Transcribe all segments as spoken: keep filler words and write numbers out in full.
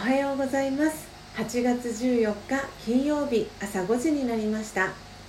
はようございます。はちがつじゅうよっか金曜日朝ごじになりました。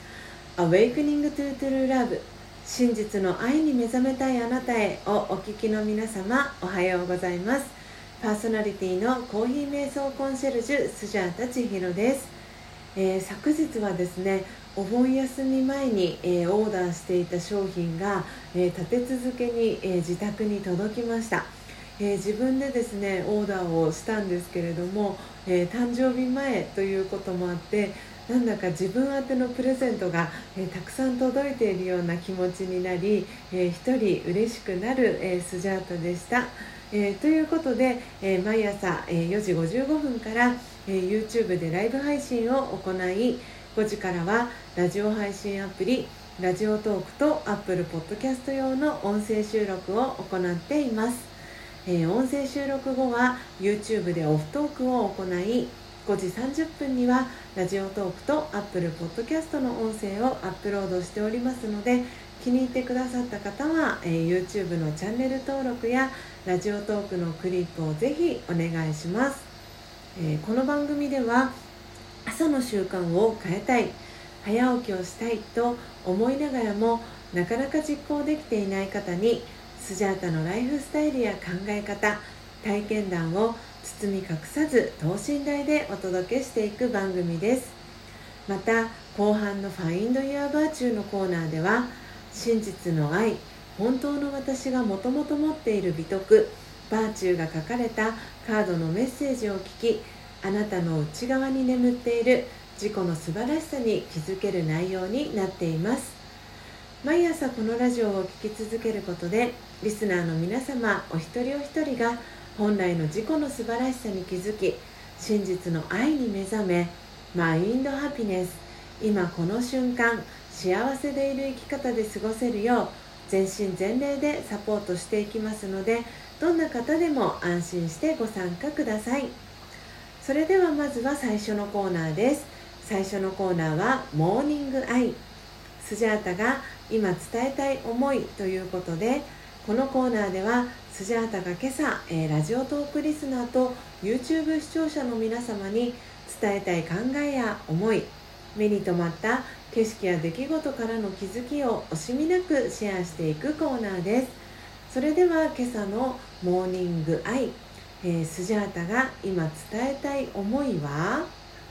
Awakening to True Love 真実の愛に目覚めたいあなたへをお聞きの皆様、おはようございます。パーソナリティのコーヒー瞑想コンシェルジュスジャータ千尋です。えー、昨日はですね、お盆休み前に、えー、オーダーしていた商品が、えー、立て続けに、えー、自宅に届きました。えー、自分でですねオーダーをしたんですけれども、えー、誕生日前ということもあって、なんだか自分宛てのプレゼントが、えー、たくさん届いているような気持ちになり、えー、一人嬉しくなる、えー、スジャータでした。えー、ということで、えー、毎朝、えー、よじごじゅうごふんから、えー、YouTube でライブ配信を行い、ごじからはラジオ配信アプリラジオトークと Apple Podcast 用の音声収録を行っています。えー、音声収録後は YouTube でオフトークを行い、ごじさんじゅっぷんにはラジオトークと Apple Podcast の音声をアップロードしておりますので、気に入ってくださった方は、えー、YouTube のチャンネル登録やラジオトークのクリップをぜひお願いします。えー、この番組では朝の習慣を変えたい、早起きをしたいと思いながらもなかなか実行できていない方に、スジャータのライフスタイルや考え方、体験談を包み隠さず等身大でお届けしていく番組です。また後半の Find Your Virtue のコーナーでは、真実の愛、本当の私がもともと持っている美徳バーチューが書かれたカードのメッセージを聞き、あなたの内側に眠っている自己の素晴らしさに気づける内容になっています。毎朝このラジオを聴き続けることで、リスナーの皆様お一人お一人が本来の自己の素晴らしさに気づき、真実の愛に目覚め、マインドハピネス、今この瞬間幸せでいる生き方で過ごせるよう全身全霊でサポートしていきますので、どんな方でも安心してご参加ください。それではまずは最初のコーナーです。最初のコーナーはモーニングアイ。スジャータが今伝えたい思いということで、このコーナーではスジャータが今朝、えー、ラジオトークリスナーと YouTube 視聴者の皆様に伝えたい考えや思い、目に留まった景色や出来事からの気づきを惜しみなくシェアしていくコーナーです。それでは今朝のモーニングアイ、えー、スジャータが今伝えたい思いは、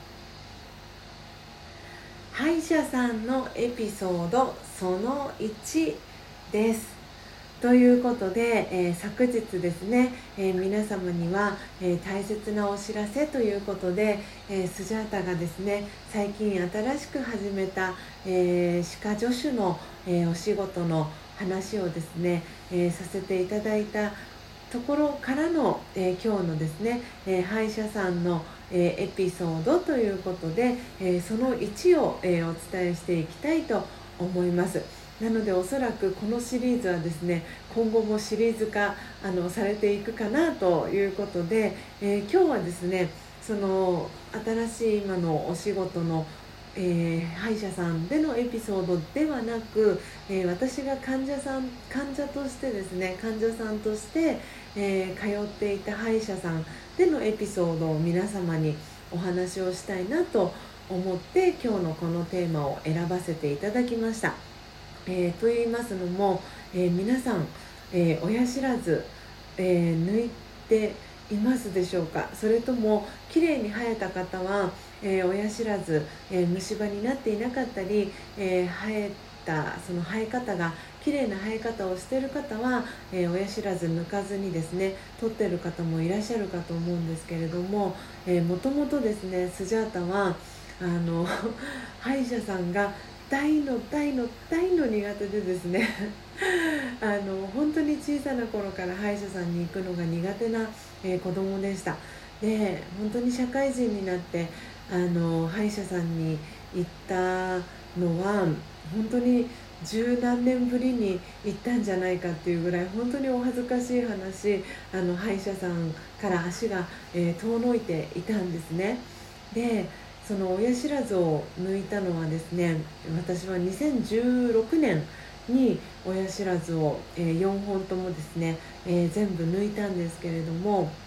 歯医者さんのエピソードそのいちです。ということで、えー、昨日ですね、えー、皆様には、えー、大切なお知らせということで、えー、スジャータがですね、最近新しく始めた、えー、歯科助手の、えー、お仕事の話をですね、えー、させていただいたところからの、えー、今日のですね、えー、歯医者さんの、えー、エピソードということで、えー、そのいちを、えー、お伝えしていきたいと思います。なのでおそらくこのシリーズはですね、今後もシリーズ化あのされていくかなということで、えー、今日はですね、その新しい今のお仕事のえー、歯医者さんでのエピソードではなく、えー、私が患者さん患者としてですね患者さんとして、えー、通っていた歯医者さんでのエピソードを皆様にお話をしたいなと思って、今日のこのテーマを選ばせていただきました。えー、と言いますのも、えー、皆さん、えー、親知らず、えー、抜いていますでしょうか。それとも綺麗に生えた方は、えー、親知らず、えー、虫歯になっていなかったり、えー、生えたその生え方が綺麗な生え方をしている方は、えー、親知らず抜かずにですね取っている方もいらっしゃるかと思うんですけれども、えー、もともとですねスジャータはあの歯医者さんが大の大の大の苦手でですねあの本当に小さな頃から歯医者さんに行くのが苦手な、えー、子供でした。で、本当に社会人になってあの歯医者さんに行ったのは本当に十何年ぶりに行ったんじゃないかっていうぐらい、本当にお恥ずかしい話、あの歯医者さんから足が、えー、遠のいていたんですね。で、その親知らずを抜いたのはですね、私はにせんじゅうろくねんに親知らずを、えー、よんほんともですね、えー、全部抜いたんですけれども、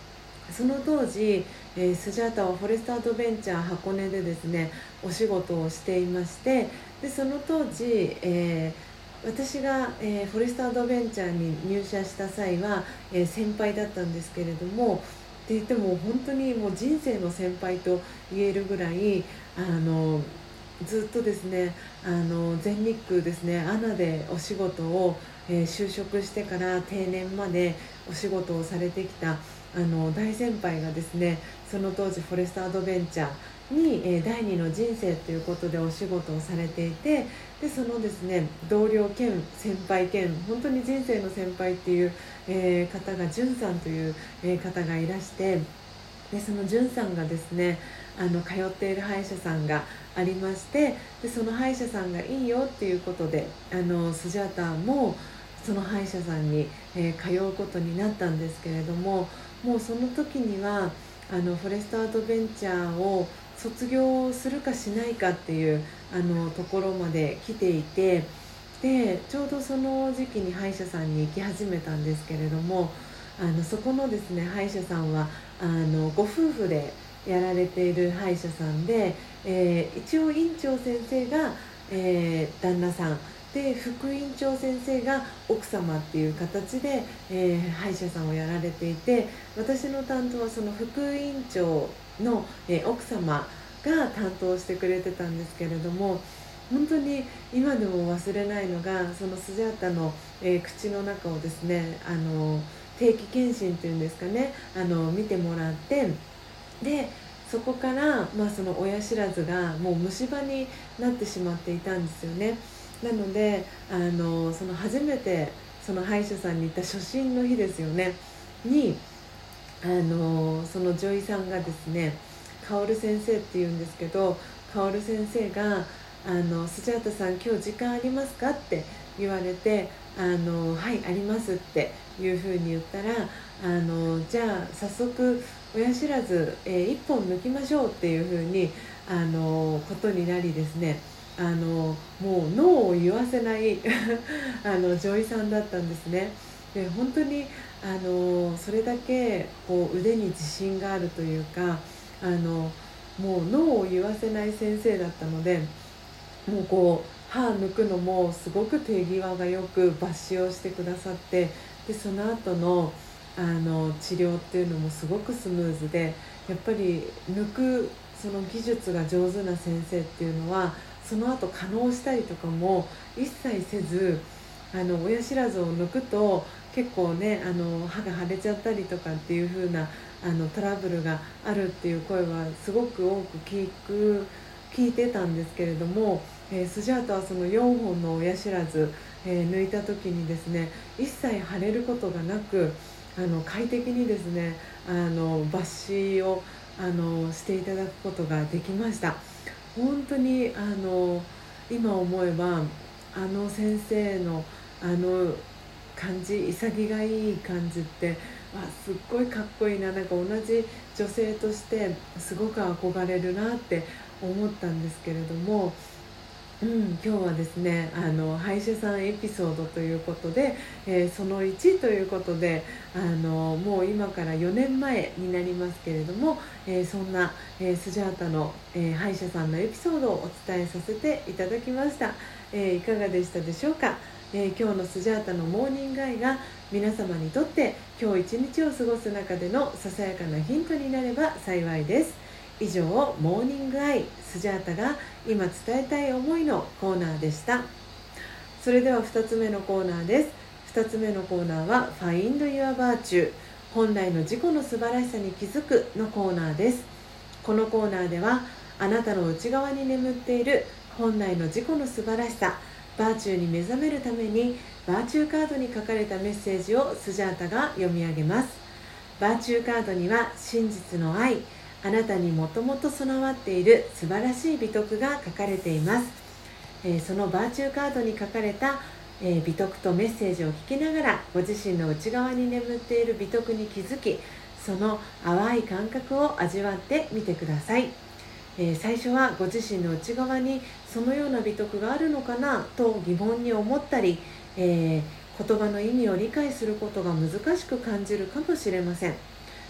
その当時、えー、スジャータはフォレストアドベンチャー箱根でですねお仕事をしていまして、でその当時、えー、私が、えー、フォレストアドベンチャーに入社した際は、えー、先輩だったんですけれども、って言っても本当にもう人生の先輩と言えるぐらい、あのずっとですね、あの全日空ですね、アナでお仕事を、えー、就職してから定年までお仕事をされてきたあの大先輩がですね、その当時フォレストアドベンチャーに、えー、第二の人生ということでお仕事をされていて、でそのですね同僚兼先輩兼本当に人生の先輩っていう、えー、方がじゅんさんという、えー、方がいらして、でそのじゅんさんがですねあの通っている歯医者さんがありまして、でその歯医者さんがいいよっていうことで、あのスジャータもその歯医者さんに、えー、通うことになったんですけれども、もうその時にはあのフォレストアドベンチャーを卒業するかしないかっていうあのところまで来ていて、でちょうどその時期に歯医者さんに行き始めたんですけれども、あのそこのですね歯医者さんはあのご夫婦でやられている歯医者さんで、えー、一応院長先生が、えー、旦那さんで、副院長先生が奥様っていう形で、えー、歯医者さんをやられていて、私の担当はその副院長の、えー、奥様が担当してくれてたんですけれども、本当に今でも忘れないのが、そのスジャータの、えー、口の中をですね、あの定期検診っていうんですかね、あの見てもらって、でそこから、まあ、その親知らずがもう虫歯になってしまっていたんですよね。なのであのその初めてその歯医者さんに行った初診の日ですよねに、あのその女医さんがですね、カオル先生っていうんですけど、カオル先生があのスジャータさん今日時間ありますかって言われて、あのはいありますっていうふうに言ったら、あのじゃあ早速親知らず、えー、いっぽん抜きましょうっていうふうにあのことになりですね、あのもうノーを言わせないあの女医さんだったんですね。で本当にあのそれだけこう腕に自信があるというか、あのもうノーを言わせない先生だったので、もうこう歯抜くのもすごく手際がよく抜歯をしてくださって、でその後のあの治療っていうのもすごくスムーズで、やっぱり抜くその技術が上手な先生っていうのはその後可能したりとかも一切せず、あの親知らずを抜くと結構ね、あの歯が腫れちゃったりとかっていう風なあのトラブルがあるっていう声はすごく多く聞く聞いてたんですけれども、えー、スジャータはそのよんほんの親知らず、えー、抜いた時にですね、一切腫れることがなく、あの快適にですね、あの抜歯をあのしていただくことができました。本当にあの今思えばあの先生のあの感じ、潔がいい感じって、あすっごいかっこいいな、なんか同じ女性としてすごく憧れるなって思ったんですけれども、うん、今日はですね、あの歯医者さんエピソードということで、えー、そのいちということで、あのもう今からよねんまえになりますけれども、えー、そんな、えー、スジャータの、えー、歯医者さんのエピソードをお伝えさせていただきました。えー、いかがでしたでしょうか。えー、今日のスジャータのモーニングアイが皆様にとって今日一日を過ごす中でのささやかなヒントになれば幸いです。以上、モーニングアイスジャータが今伝えたい思いのコーナーでした。それではふたつめのコーナーです。ふたつめのコーナーは Find Your Virtue、 本来の自己の素晴らしさに気づくのコーナーです。このコーナーではあなたの内側に眠っている本来の自己の素晴らしさ、バーチューに目覚めるためにバーチューカードに書かれたメッセージをスジャータが読み上げます。バーチューカードには真実の愛、あなたにもともと備わっている素晴らしい美徳が書かれています。えー、そのバーチューカードに書かれた、えー、美徳とメッセージを聞きながら、ご自身の内側に眠っている美徳に気づき、その淡い感覚を味わってみてください。えー、最初はご自身の内側にそのような美徳があるのかなと疑問に思ったり、えー、言葉の意味を理解することが難しく感じるかもしれません。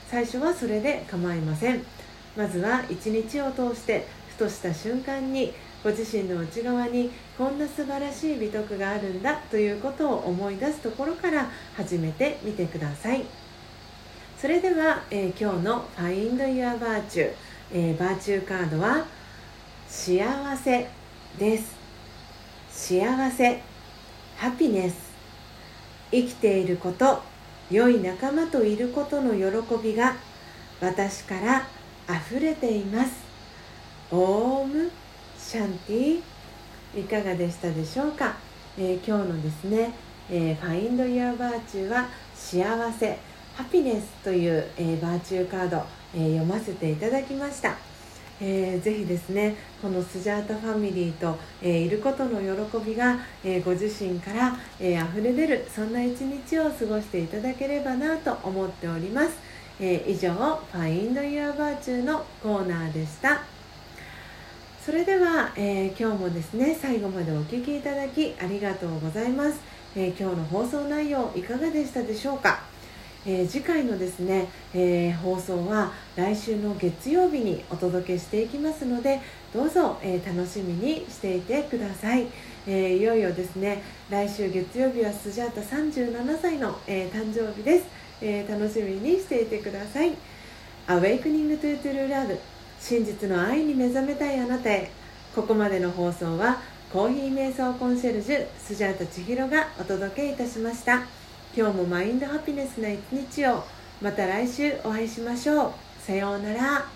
最初はそれで構いません。まずは一日を通してふとした瞬間にご自身の内側にこんな素晴らしい美徳があるんだということを思い出すところから始めてみてください。それでは、えー、今日の Find Your Virtue、えー、バーチューカードは幸せです。幸せ、ハピネス、生きていること、良い仲間といることの喜びが私から溢れています。オームシャンティ。いかがでしたでしょうか。えー、今日のですね、えー、Find Your Virtue は幸せ、ハピネスという、えー、バーチューカード、えー、読ませていただきました。えー、ぜひですね、このスジャータファミリーと、えー、いることの喜びが、えー、ご自身から、えー、溢れ出る、そんな一日を過ごしていただければなと思っております。えー、以上 Find Your Virtue のコーナーでした。それでは、えー、今日もですね、最後までお聞きいただきありがとうございます。えー、今日の放送内容いかがでしたでしょうか。えー、次回のですね、えー、放送は来週の月曜日にお届けしていきますので、どうぞ、えー、楽しみにしていてください。えー、いよいよですね、来週月曜日はスジャータさんじゅうななさいの、えー、誕生日です。えー、楽しみにしていてください。Awakening to True Love、真実の愛に目覚めたいあなたへ。ここまでの放送はコーヒー瞑想コンシェルジュスジャータ千尋がお届けいたしました。今日もマインドハピネスな一日を。また来週お会いしましょう。さようなら。